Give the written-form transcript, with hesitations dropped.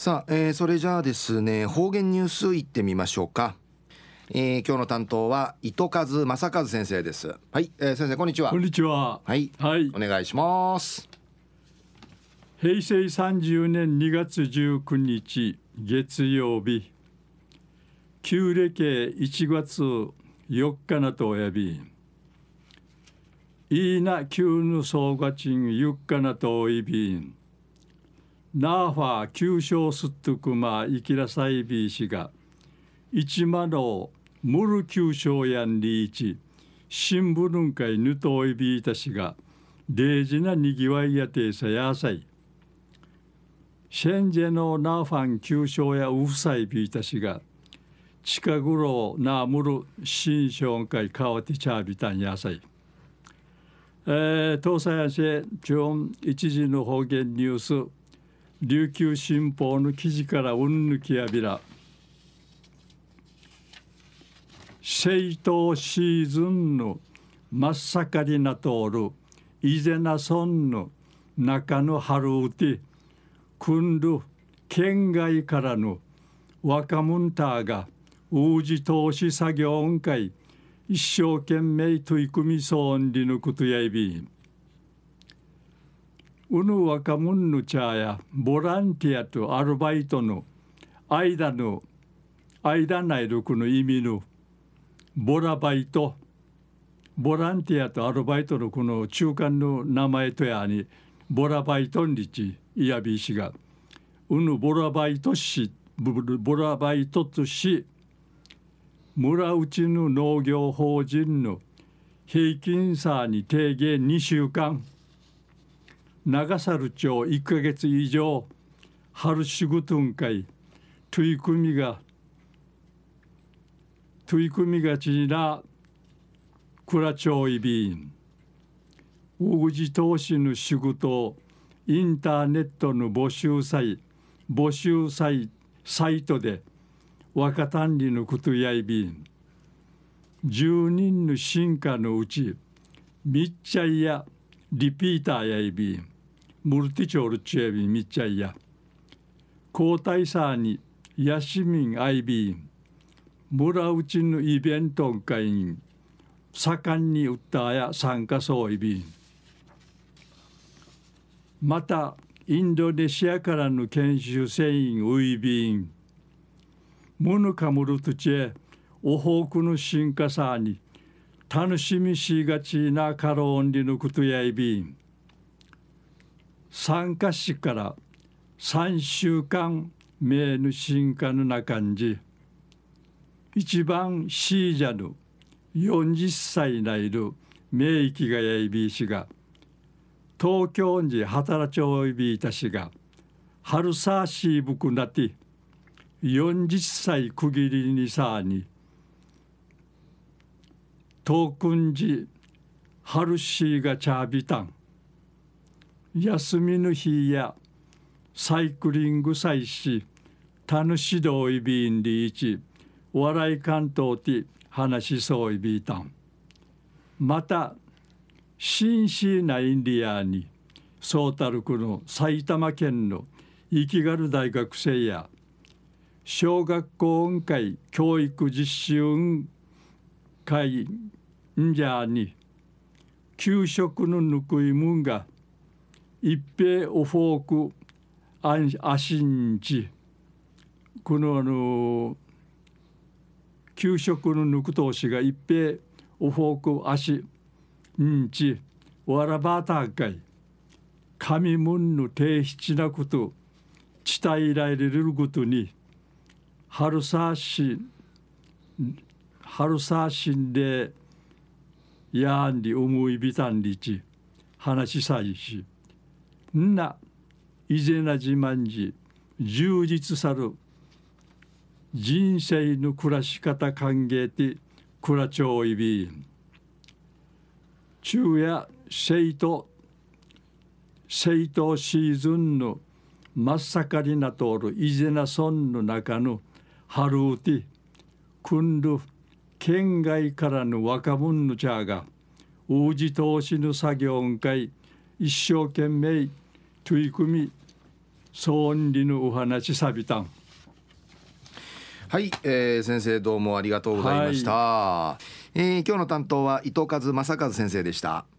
さあ、それじゃあですね、方言ニュースいってみましょうか。今日の担当は糸数正和先生です。はい、先生こんにちは。 こんにちは。 はい、 はい。 お願いします。 平成30年2月19日月曜日、旧暦1月4日なとおやび、いいな旧の総がちんゆっかなとおいびん、ナーファー旧正すっとくまいきらさいびいしが、一まのムル旧正やんりいち、新聞会ぬとおいびいたしが、デージなにぎわいやてさやさい。シェンジェのナーファン旧正やウフサイビーたしが、近頃なむる新正会かわてちゃびたんやさい。東西やせ、今日一時の方言ニュース、琉球新報の記事からうんぬきやびら。生徒シーズンの真っ盛りなとおる、伊是名村の中の春うて、くる県外からの若者たがうじ投資作業会一生懸命取り組みそうにぬことやいびん。うぬ若者の茶やボランティアとアルバイトの間ないるくの意味のボラバイト、ボランティアとアルバイトのこの中間の名前とやにボラバイトんりちいやびしがうぬボラバイトとし村内の農業法人の平均差に定義2週間長猿町1ヶ月以上春仕事ん会取り組みがちな倉町いびんうじ投資の仕事インターネットの募集サイトで若単理のことやいびん10人の進化のうちみっちゃいやリピーターやいびんムルティチョルチェビみっちゃいや交代さにやしみんあいびん村内のイベント会に盛んに訴えや参加そういびんまたインドネシアからの研修生員ウイビンムヌカムルトチェおほくの進化さに楽しみしがちなカロンリのことやいびん参加しから3週間名の進化のな感じ一番シージャの40歳ないる名域がやいびいしが東京に働ちょいびいたしが春さしぶくなって40歳区切りにさに東君寺春しがちゃびたん休みの日やサイクリング祭し楽しどいびんりいち笑い関東て話しそういびいたんまた新市なインディアにソータルクの埼玉県の生きがる大学生や小学校運会教育実習運会んじゃに給食のぬくいむんが一平おフォークあしんちこの給食のぬくとうしが一平おフォークあしんちわらばたかい神むんの低質なこと伝えられることに春さしんでやんり思いびたんりち話しさいしんないぜな自慢じ充実さる人生の暮らし方歓迎てくらちょういびん昼夜生徒シーズンの真っ盛りな通る伊是名村の中の春うてくんる県外からの若者の茶がうじ投資の作業会一生懸命取り組みそんりのお話さびたん。 はい、先生どうもありがとうございました。今日の担当は糸数正和先生でした。